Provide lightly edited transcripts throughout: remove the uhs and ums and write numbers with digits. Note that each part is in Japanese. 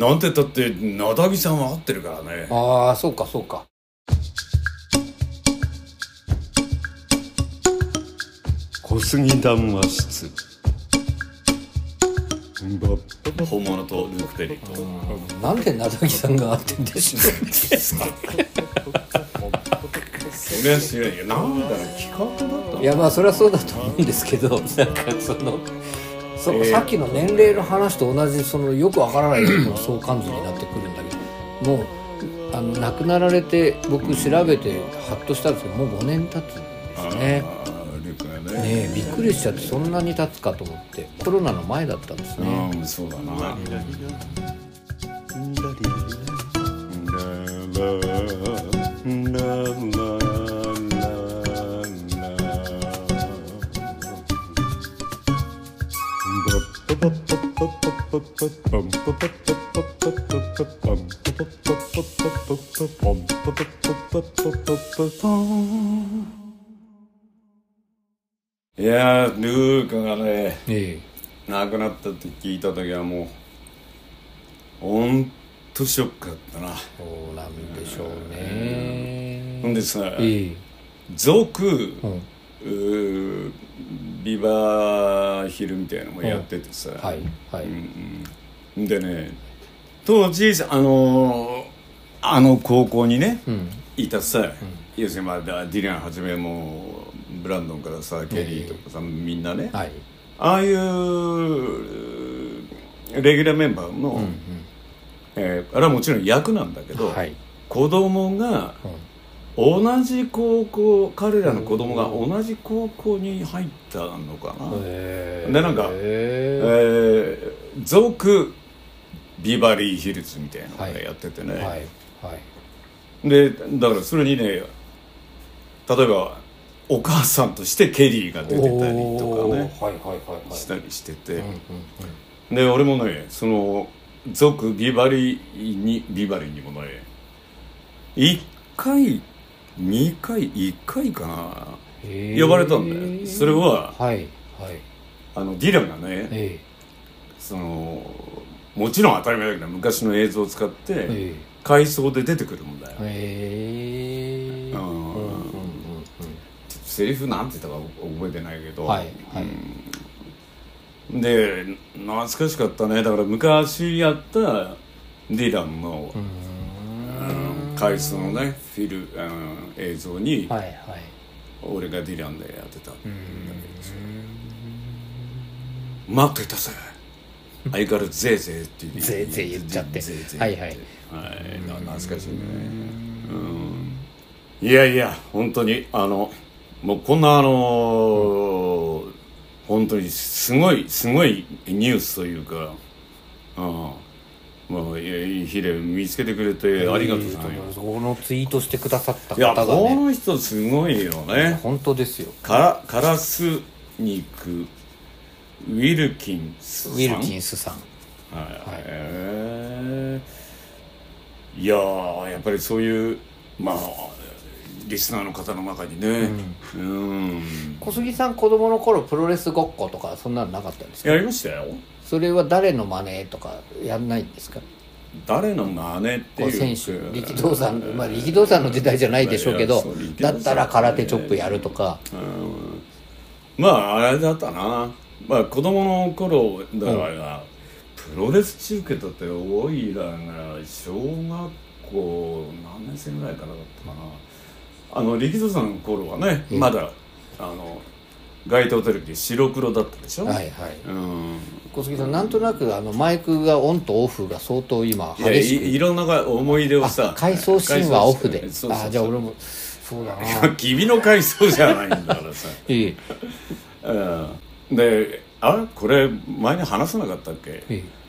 なんて言ったってなだぎさんは合ってるからね。 ああ、そうかそうか。 小杉談話室。本物とルーク・ペリーと。 なんでなだぎさんが合ってんですか。 それは知らないよ。なんだろう、企画だったの。 いやまあそれはそうだと思うんですけど、なんかさっきの年齢の話と同じよくわからない相関図になってくるんだけど、もう亡くなられて僕調べてハッとしたんですけど、もう5年経つんですね。 ルークがねえ、びっくりしちゃって、そんなに経つかと思って。コロナの前だったんですね。 うん、そうだな。いやー、ルークがね、亡くなったって聞いた時はもうほんとショックだったな。 そうなんでしょうね。 ほんでさ、続、ビバヒルみたいなのもやっててさ、でね、当時高校にね、いたさ、要するにディランはじめもブランドンからさ、ケリーとかさ、みんなね、ああいうレギュラーメンバーの、あれはもちろん役なんだけど、子供が同じ高校、彼らの子供が同じ高校に入ったのかな。でなんか、続ビバリーヒルズみたいなのをやっててね、でだからそれにね、例えばお母さんとしてケリーが出てたりとかね、したりしてて、で俺もね、その続ビバリーにもね、1回2回1回かな、呼ばれたんだよ。それは、ディランがね、もちろん当たり前だけど昔の映像を使って回想で出てくるもんだよ。セリフなんて言ったか覚えてないけど、で懐かしかったね。だから昔やったディランの回想のね、映像に、俺がディランでやってたんだけどさ、待ってたさ、相変わらずゼーゼーってゼーゼー言っちゃって、 懐かしいね。いやいや、本当にもうこんな本当にすごいニュースというか、もういい日で見つけてくれてありがとうという。 そのツイートしてくださった方がね、 この人すごいよね。 本当ですよ。 カラス肉ウィルキンスさん。いやー、やっぱりそういうリスナーの方の中にね、 小杉さん、子供の頃プロレスごっことかそんなのなかったんですか？ やりましたよ。 それは誰の真似とかやんないんですか？ 誰の真似っていう選手、力道山、力道山の時代じゃないでしょうけど、だったら空手チョップやるとか、 あれだったな。子供の頃だから、プロレス中継だっておいらが小学校何年生ぐらいからだったかな。力道山の頃はね、まだ街頭テレビ白黒だったでしょ。小杉さん、なんとなくマイクがオンとオフが相当今激しく、 いろんな思い出をさ、 回想シーンはオフで、じゃあ俺もそうだな。 君の回想じゃないんだからさ。で、これ前に話さなかったっけ？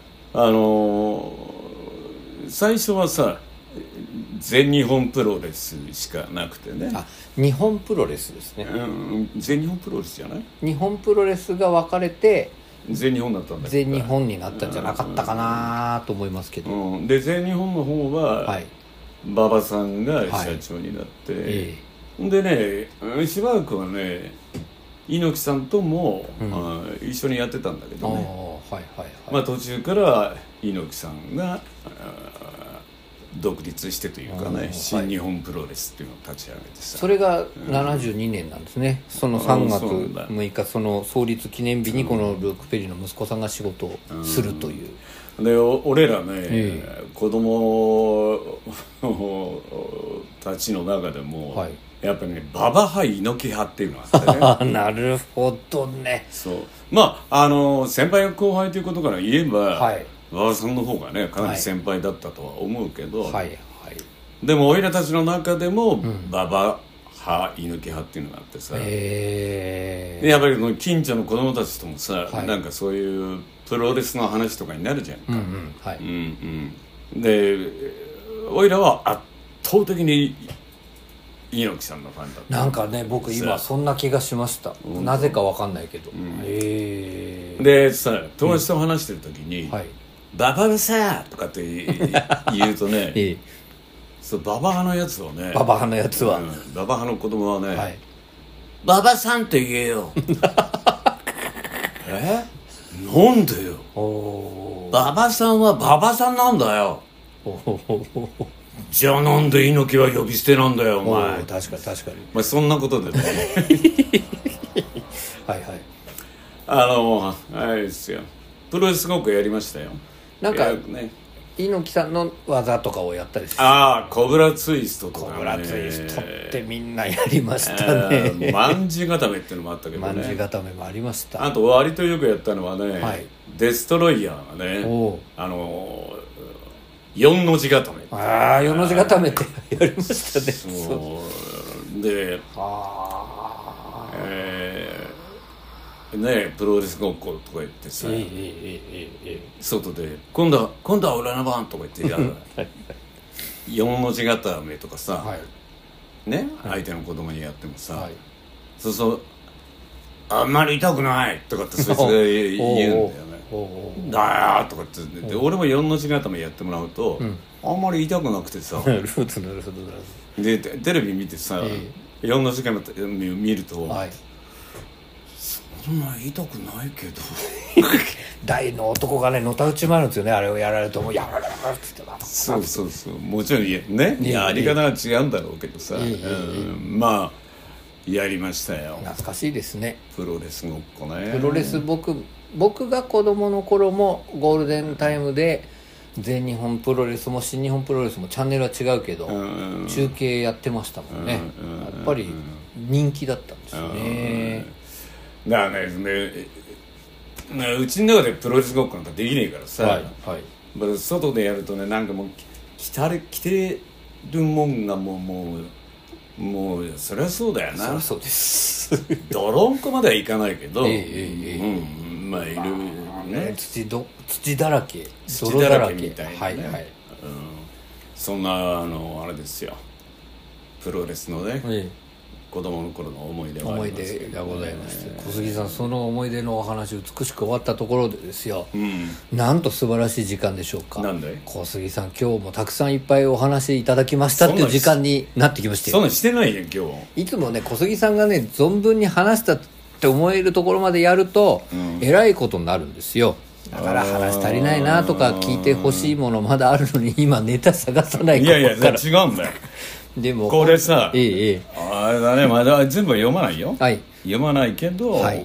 最初はさ、全日本プロレスしかなくてね。 日本プロレスですね。 全日本プロレスじゃない？ 日本プロレスが分かれて全日本だったんだけど、 全日本になったんじゃなかったかなと思いますけど、 で全日本の方は、馬場さんが社長になって、でね、しばらくはね、猪木さんとも、一緒にやってたんだけどね、途中から猪木さんが独立してというかね、新日本プロレスっていうのを立ち上げてさ、 それが72年なんですね、その3月6日その創立記念日にこのルーク・ペリーの息子さんが仕事をするという、 で俺らね、子供たちの中でも、はい、やっぱりねババ派猪木派っていうのがあってねなるほどね。 そう、まあ先輩後輩ということから言えば、はい、馬場さんの方がねかなり先輩だったとは思うけど、はいはいはい、でも俺らたちの中でも馬場派、猪木派っていうのがあってさ、でやっぱり近所の子供たちともさ、はい、なんかそういうプロレスの話とかになるじゃんか、うんうんはいうんうん、で俺らは圧倒的に猪木さんのファンだった。 なんかね僕今そんな気がしました、なぜかわかんないけど、 でさ友達と話してる時に、はい、ババがさとかって言うとねそうババ派のやつはね、 ババ派のやつは、 ババ派の子供はね、はい、ババさんって言えよなんでよ、ババさんはババさんなんだよじゃあなんで猪木は呼び捨てなんだよお前。 確かに確かに、 まあ、そんなことでねはいはい、 あれですよ、プロレスごっこやりましたよ。 なんかね猪木さんの技とかをやったりして、 コブラツイストとかね、 コブラツイストってみんなやりましたね卍固めっていうのもあったけどね、 卍固めもありました。 あと割とよくやったのはね、はい、デストロイヤーがね4の字固め、 4の字固めってやりましたね。 そうでね、プロレスごっことか言ってさ、外で今度は俺の番とか言って4の字固めとかさ、はい、ね、はい、相手の子供にやってもさ、はい、そうあんまり痛くないとかってそいつが言うんだよねだーとかってで俺も4の字固めやってもらうと、あんまり痛くなくてさでテレビ見てさ、4の字固め見ると、はい、そんな痛くないけど大の男がねのたうち回るんですよね、あれをやられるともうやられるっつって、 そうもちろんね、やり方が違うんだろうけどさ、まあやりましたよ。 懐かしいですね、 プロレスごっこね。 プロレス僕が子供の頃もゴールデンタイムで全日本プロレスも新日本プロレスもチャンネルは違うけど、中継やってましたもんね、やっぱり人気だったんですよね。 だからね、うちの中でプロレスごっこなんかできねえからさ、はいはい、外でやるとね、なんかもう着てるもんがもうそりゃそうだよな。 そりゃそうです泥んこまではいかないけど、まあいるね、 土だらけ泥だらけみたいなね、はいはい、そんなあれですよ、プロレスのね、子供の頃の思い出がありますけど、 思い出がございまして、小杉さん、その思い出のお話美しく終わったところでですよ、なんと素晴らしい時間でしょうか。 なんで小杉さん、今日もたくさんいっぱいお話いただきましたっていう時間になってきまして、 そんなしてないよ今日。 いつもね小杉さんがね存分に話したって思えるところまでやると、えらいことになるんですよ。だから話足りないなとか聞いてほしいものまだあるのに今ネタ探さないから。 いや違うんだよでもこれさ、あれだね、まだ全部は読まないよ、はい、読まないけど、はい、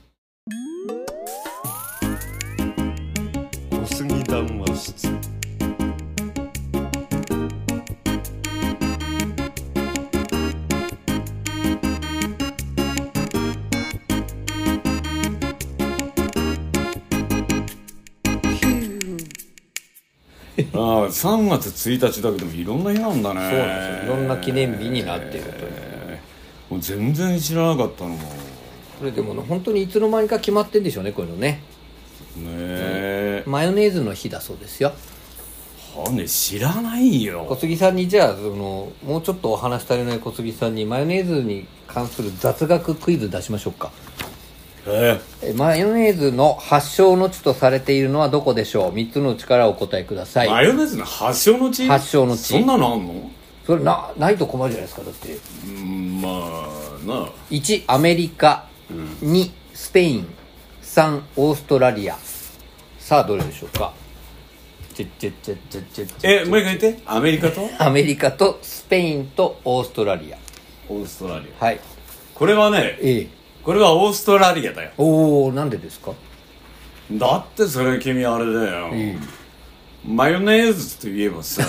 小杉談話室。3月1日だけでもいろんな日なんだね。 そうなんですよ、いろんな記念日になっているという、 もう全然知らなかったの。 これでも本当にいつの間にか決まってんでしょうね、こういうのね。マヨネーズの日だそうですよ。 はね、知らないよ。 小杉さんにじゃあもうちょっとお話足りない小杉さんにマヨネーズに関する雑学クイズ出しましょうか。マヨネーズの発祥の地とされているのはどこでしょう。3つのうちからお答えください。 マヨネーズの発祥の地？ 発祥の地。 そんなのあんの？ それないと困るじゃないですか。だってまあな。 1アメリカ、2スペイン、3オーストラリア。さあどれでしょうか。 もう一回言って。アメリカとアメリカとスペインとオーストラリア。 オーストラリア。 はい。 これはね、これはオーストラリアだよ。 おお、なんでですか？ だってそれ君あれだよ、マヨネーズといえばさ、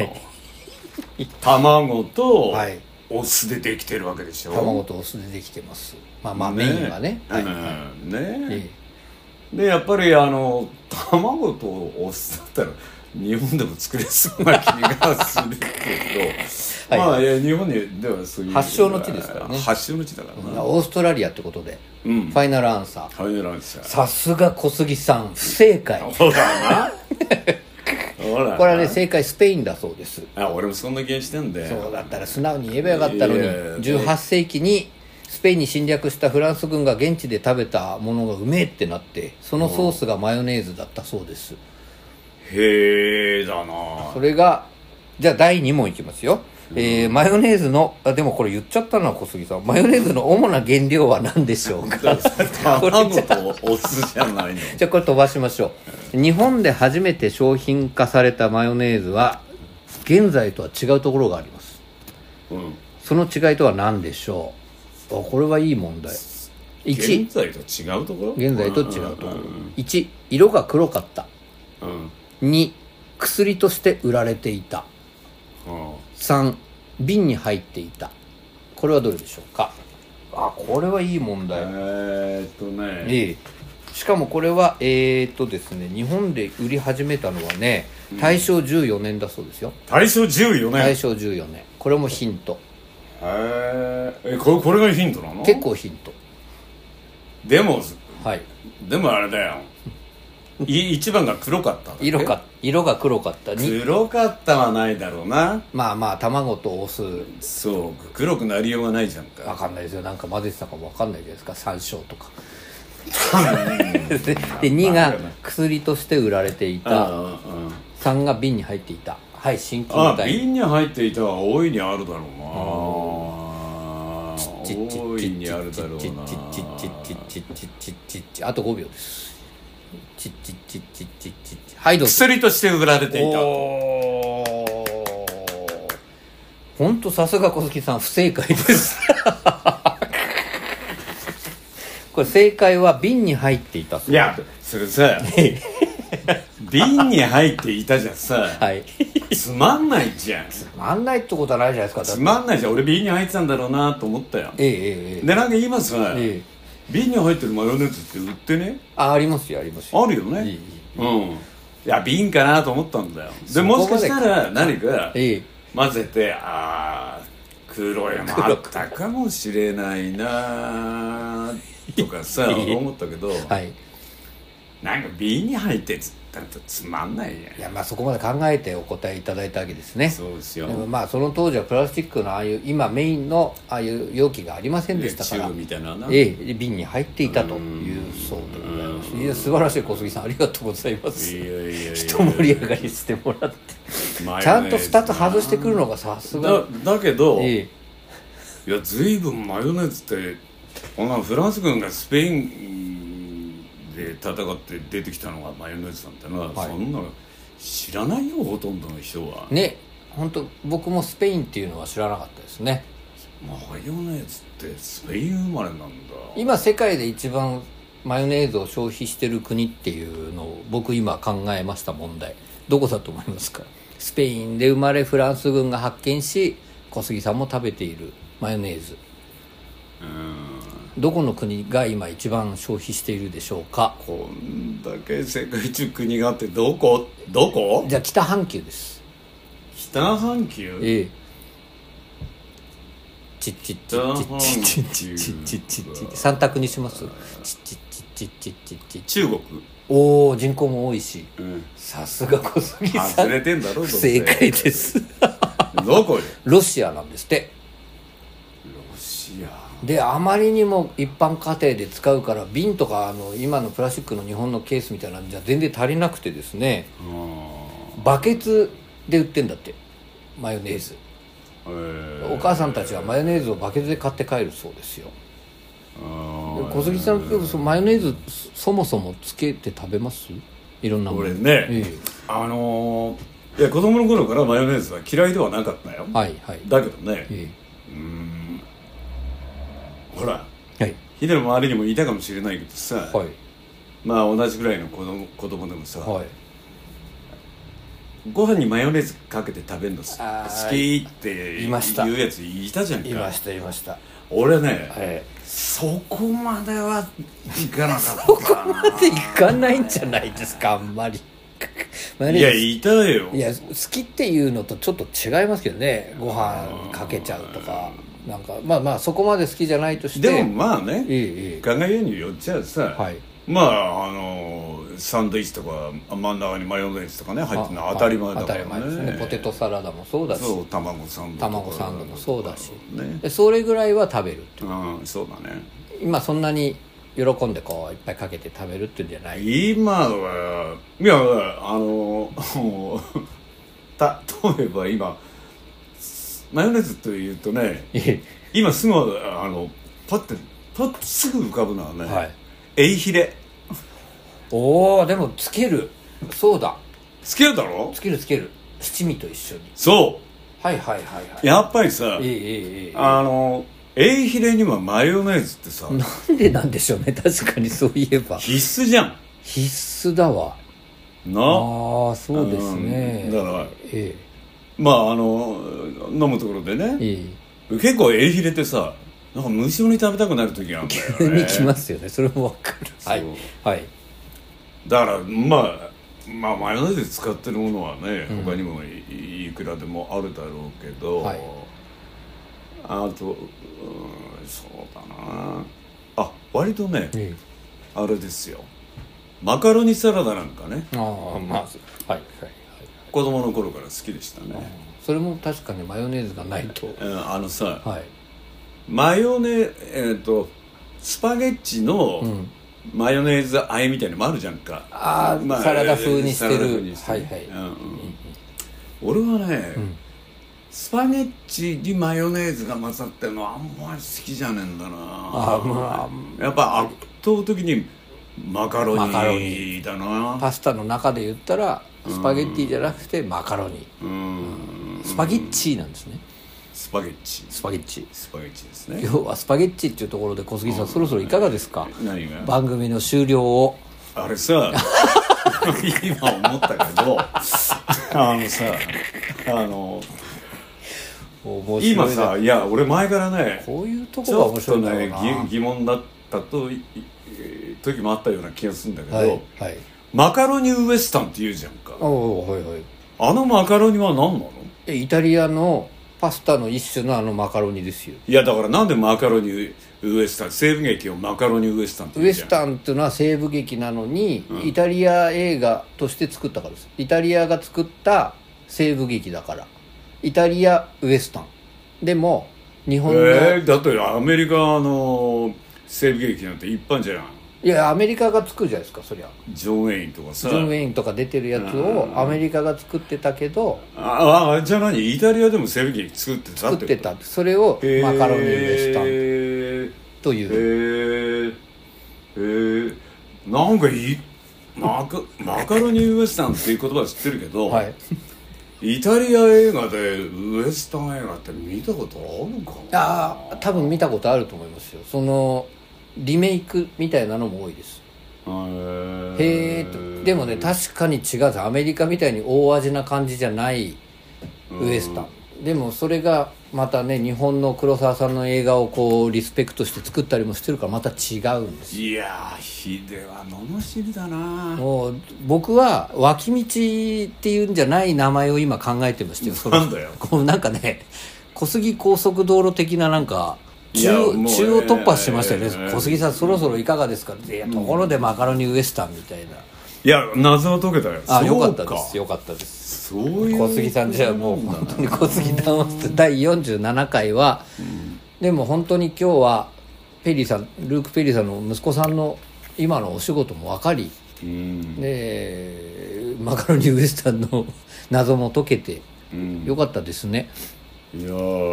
卵とお酢でできてるわけでしょ。 卵とお酢でできてます。まあメインはね。 でやっぱり卵とお酢だったら日本でも作れそうな気がするけどまあ日本にではそういう発祥の地ですからね。 発祥の地だからな。 オーストラリアってことで、ファイナルアンサー。 ファイナルアンサー。 さすが小杉さん、不正解。 ほらなこれはね、正解スペインだそうです。 俺もそんな気がしてんだよ。 そうだったら素直に言えばよかったのに。18世紀にスペインに侵略したフランス軍が現地で食べたものがうめえってなって、そのソースがマヨネーズだったそうです。 へえだな。 それがじゃあ第2問いきますよ。マヨネーズのでもこれ言っちゃったな小杉さん。マヨネーズの主な原料は何でしょうか？ 卵とお酢じゃないの。 じゃあこれ飛ばしましょう。日本で初めて商品化されたマヨネーズは現在とは違うところがあります、その違いとは何でしょう？これはいい問題。 1、現在と違うところ？ 現在と違うところ。1、色が黒かった。2、薬として売られていた。3、瓶に入っていた。これはどれでしょうか？これはいい問題。しかもこれはですね、日本で売り始めたのはね、大正14年だそうですよ。 大正14年？ 大正14年。これもヒント。 これがヒントなの？ 結構ヒント。 でもあれだよ。一番が黒かった。 色が黒かった。 黒かったはないだろうな。 まあ卵とお酢。 そう黒くなりようがないじゃんか。 分かんないですよ。なんか混ぜてたかも分かんないじゃないですか。山椒とかで2が薬として売られていた。3が瓶に入っていた。はい、シンキングタイム。 瓶に入っていたは大いにあるだろうな。大いにあるだろうな。 あと5秒です。はい、どうぞ。 薬として売られていた。 本当さすが小杉さん、不正解ですこれ正解は瓶に入っていた。 いやそれさ瓶に入っていたじゃんさ、つまんないじゃん。 つまんないってことはないじゃないですか。 つまんないじゃん。俺瓶に入ってたんだろうなと思ったよ。でなんか今さ、瓶に入ってるマヨネーズって売ってね？ ありますよ、ありますよ。あるよね。いや瓶かなと思ったんだよ。でもしかしたら何か混ぜて黒いのあったかもしれないなとかさ思ったけど、なんか瓶に入ってだとつまんないやん。 いやまあそこまで考えてお答えいただいたわけですね。 そうですよ。 でもまあその当時はプラスチックのああいう今メインのああいう容器がありませんでしたから、 みたいな瓶に入っていたというそうでございます。いや素晴らしい小杉さん、ありがとうございます。一盛り上がりしてもらってちゃんと2つ外してくるのがさすがだけど、いや随分マヨネーズってこんなフランス軍がスペインで戦って出てきたのがマヨネーズなんてのは、そんなの知らないよ、ほとんどの人はね。本当僕もスペインっていうのは知らなかったですね。 マヨネーズってスペイン生まれなんだ。 今世界で一番マヨネーズを消費してる国っていうのを僕今考えました。問題どこだと思いますか？スペインで生まれフランス軍が発見し小杉さんも食べているマヨネーズ、どこの国が今一番消費しているでしょうか？ こんだけ世界中国があってどこ？ じゃあ北半球です。 北半球？ 3択にします。 中国。 おー、人口も多いし、さすが小杉さん、 外れてんだろ。 不正解ですどこ？ ロシアなんですって。 ロシアであまりにも一般家庭で使うから瓶とか今のプラスチックの日本のケースみたいなんじゃ全然足りなくてですね、バケツで売ってんだってマヨネーズ。お母さんたちはマヨネーズをバケツで買って帰るそうですよ。小杉さんマヨネーズそもそもつけて食べます？いろんなもの。 俺ね、 いや子供の頃からマヨネーズは嫌いではなかったよ。 はいはい。 だけどね、ほら、 はい、 ヒデの周りにもいたかもしれないけどさ、 はい、 まあ同じぐらいの子供でもさ、 はい、 ご飯にマヨネーズかけて食べるの好きって言うやついたじゃんか。 いました俺ね、そこまではいかなかった。 そこまでいかないんじゃないですか、あんまり。 いやいたよ。 いや好きっていうのとちょっと違いますけどね。ご飯かけちゃうとかなんかまあそこまで好きじゃないとして、 でもまあね、考えようによっちゃさ、 はい、 まあサンドイッチとか真ん中にマヨネーズとかね入ってるのは当たり前だからね。 当たり前ですね。ポテトサラダもそうだし、 そう卵サンドもそうだし、 ね、 でそれぐらいは食べるっていう。 そうだね。 今そんなに喜んでこういっぱいかけて食べるっていうんじゃない。 今はいや例えば今マヨネーズというとね今すぐパッてすぐ浮かぶのはね、はい、エイヒレ。 おお、でもつける。そうだ、 つけるだろ。 つける七味と一緒に。 そうはいやっぱりさ、エイヒレにはマヨネーズってさ、 なんでなんでしょうね。確かにそういえば必須じゃん。 必須だわな。あ、そうですね。 だから、まあ飲むところでね、結構エイヒレってさ、なんか無性に食べたくなる時があるんだよね。 急にきますよね。それもわかる。はいだからまあマヨネーズ使ってるものはね、他にもいくらでもあるだろうけど、あとそうだなあ、割とね、あれですよ、マカロニサラダなんかね、子供の頃から好きでしたね。 それも確かにマヨネーズがないと、 マヨネスパゲッチのマヨネーズ和えみたいなのもあるじゃんか。 サラダ風にしてる。 俺はね、スパゲッチにマヨネーズが混ざってるのはあんまり好きじゃねえんだな。やっぱ圧倒的にマカロニだな。 パスタの中で言ったらスパゲッティじゃなくてマカロニ。スパゲッチなんですね。 スパゲッチですね。 今日はスパゲッチっていうところで小杉さん、そろそろいかがですか。 何が番組の終了を。 あれさ今思ったけど今さ、いや俺前からね、 こういうとこが面白いんだろうな、 ちょっとね疑問だった時もあったような気がするんだけど、マカロニウエスタンって言うじゃんか。あのマカロニは何なの。 イタリアのパスタの一種のマカロニですよ。 いやだからなんでマカロニウエスタン、西部劇をマカロニウエスタンって言うじゃん。 ウエスタンっていうのは西部劇なのに、イタリア映画として作ったからです。イタリアが作った西部劇だから、イタリアウエスタン。でも日本の、 だってアメリカの西部劇なんて一般じゃん。 いやアメリカが作るじゃないですか。そりゃジョン・ウェインとかさ、 ジョン・ウェインとか出てるやつをアメリカが作ってたけど、 じゃあ何、イタリアでも西部劇作ってた。 それをマカロニウエスタンという。 なんかマカロニウエスタンっていう言葉は知ってるけど、イタリア映画でウエスタン映画って見たことあるかな。 多分見たことあると思いますよ。そのリメイクみたいなのも多いです。でもね、確かに違う。アメリカみたいに大味な感じじゃないウエスタン。でもそれがまたね、日本の黒沢さんの映画をこうリスペクトして作ったりもしてるからまた違うんです。 いやヒデは罵りだな。 もう僕は脇道っていうんじゃない名前を今考えてましたよ。 なんだよ。 なんかね、小杉高速道路的ななんか中央突破しましたよね。小杉さんそろそろいかがですかって。ところでマカロニウエスタンみたいな。 いや謎は解けたよ。 よかったです。小杉さん、じゃあもう本当に小杉談話室第47回は、でも本当に今日はルーク・ペリーさんの息子さんの今のお仕事も分かり、でマカロニウエスタンの謎も解けてよかったですね。 いや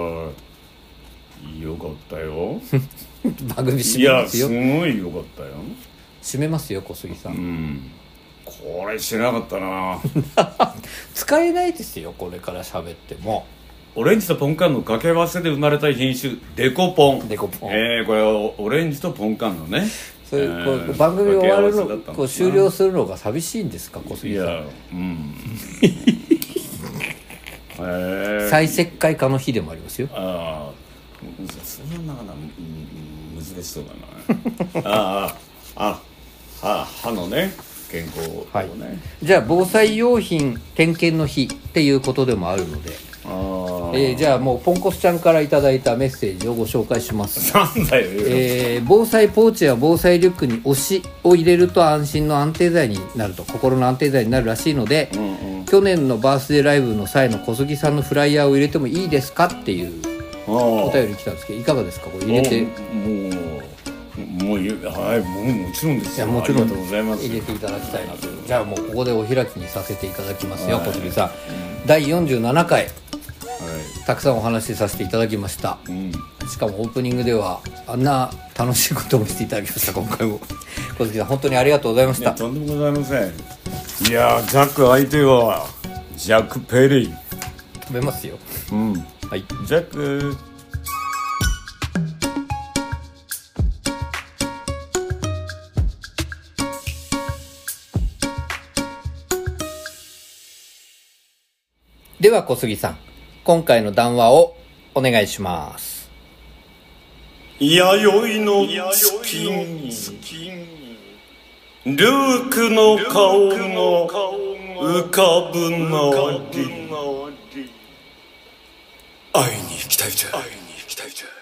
よかったよ。 番組締めますよ。 いやすごいよかったよ。 締めますよ小杉さん。 ここれ知らなかったな使えないですよこれから喋っても。 オレンジとポンカンの掛け合わせで生まれた品種デコポン。 デコポン、 これはオレンジとポンカンのね、 それこう番組終わるのこう終了するのが寂しいんですか小杉さん。 いや再石灰化の日でもありますよ。 ああそんな難しそうだな歯のね健康をね、 はい、じゃあ防災用品点検の日っていうことでもあるので、じゃあもうポンコスちゃんからいただいたメッセージをご紹介します。 なんだよ、 防災ポーチや防災リュックに推しを入れると安心の安定剤になると、心の安定剤になるらしいので、去年のバースデーライブの際の小杉さんのフライヤーを入れてもいいですかっていうお便り来たんですけど、いかがですかこれ入れて。 もうもちろんですよ。 もちろんありがとうございます。 入れていただきたいなと。じゃあもうここでお開きにさせていただきますよ小杉さん、第47回、たくさんお話しさせていただきました、しかもオープニングではあんな楽しいこともしていただきました。今回も小杉さん本当にありがとうございました。 とんでもございません。いやジャック相手はジャック・ペリー食べますよ。はい、 ジャック。 では小杉さん今回の談話をお願いします。 弥生の月にルークの顔が浮かぶなり会いに行きたいじゃ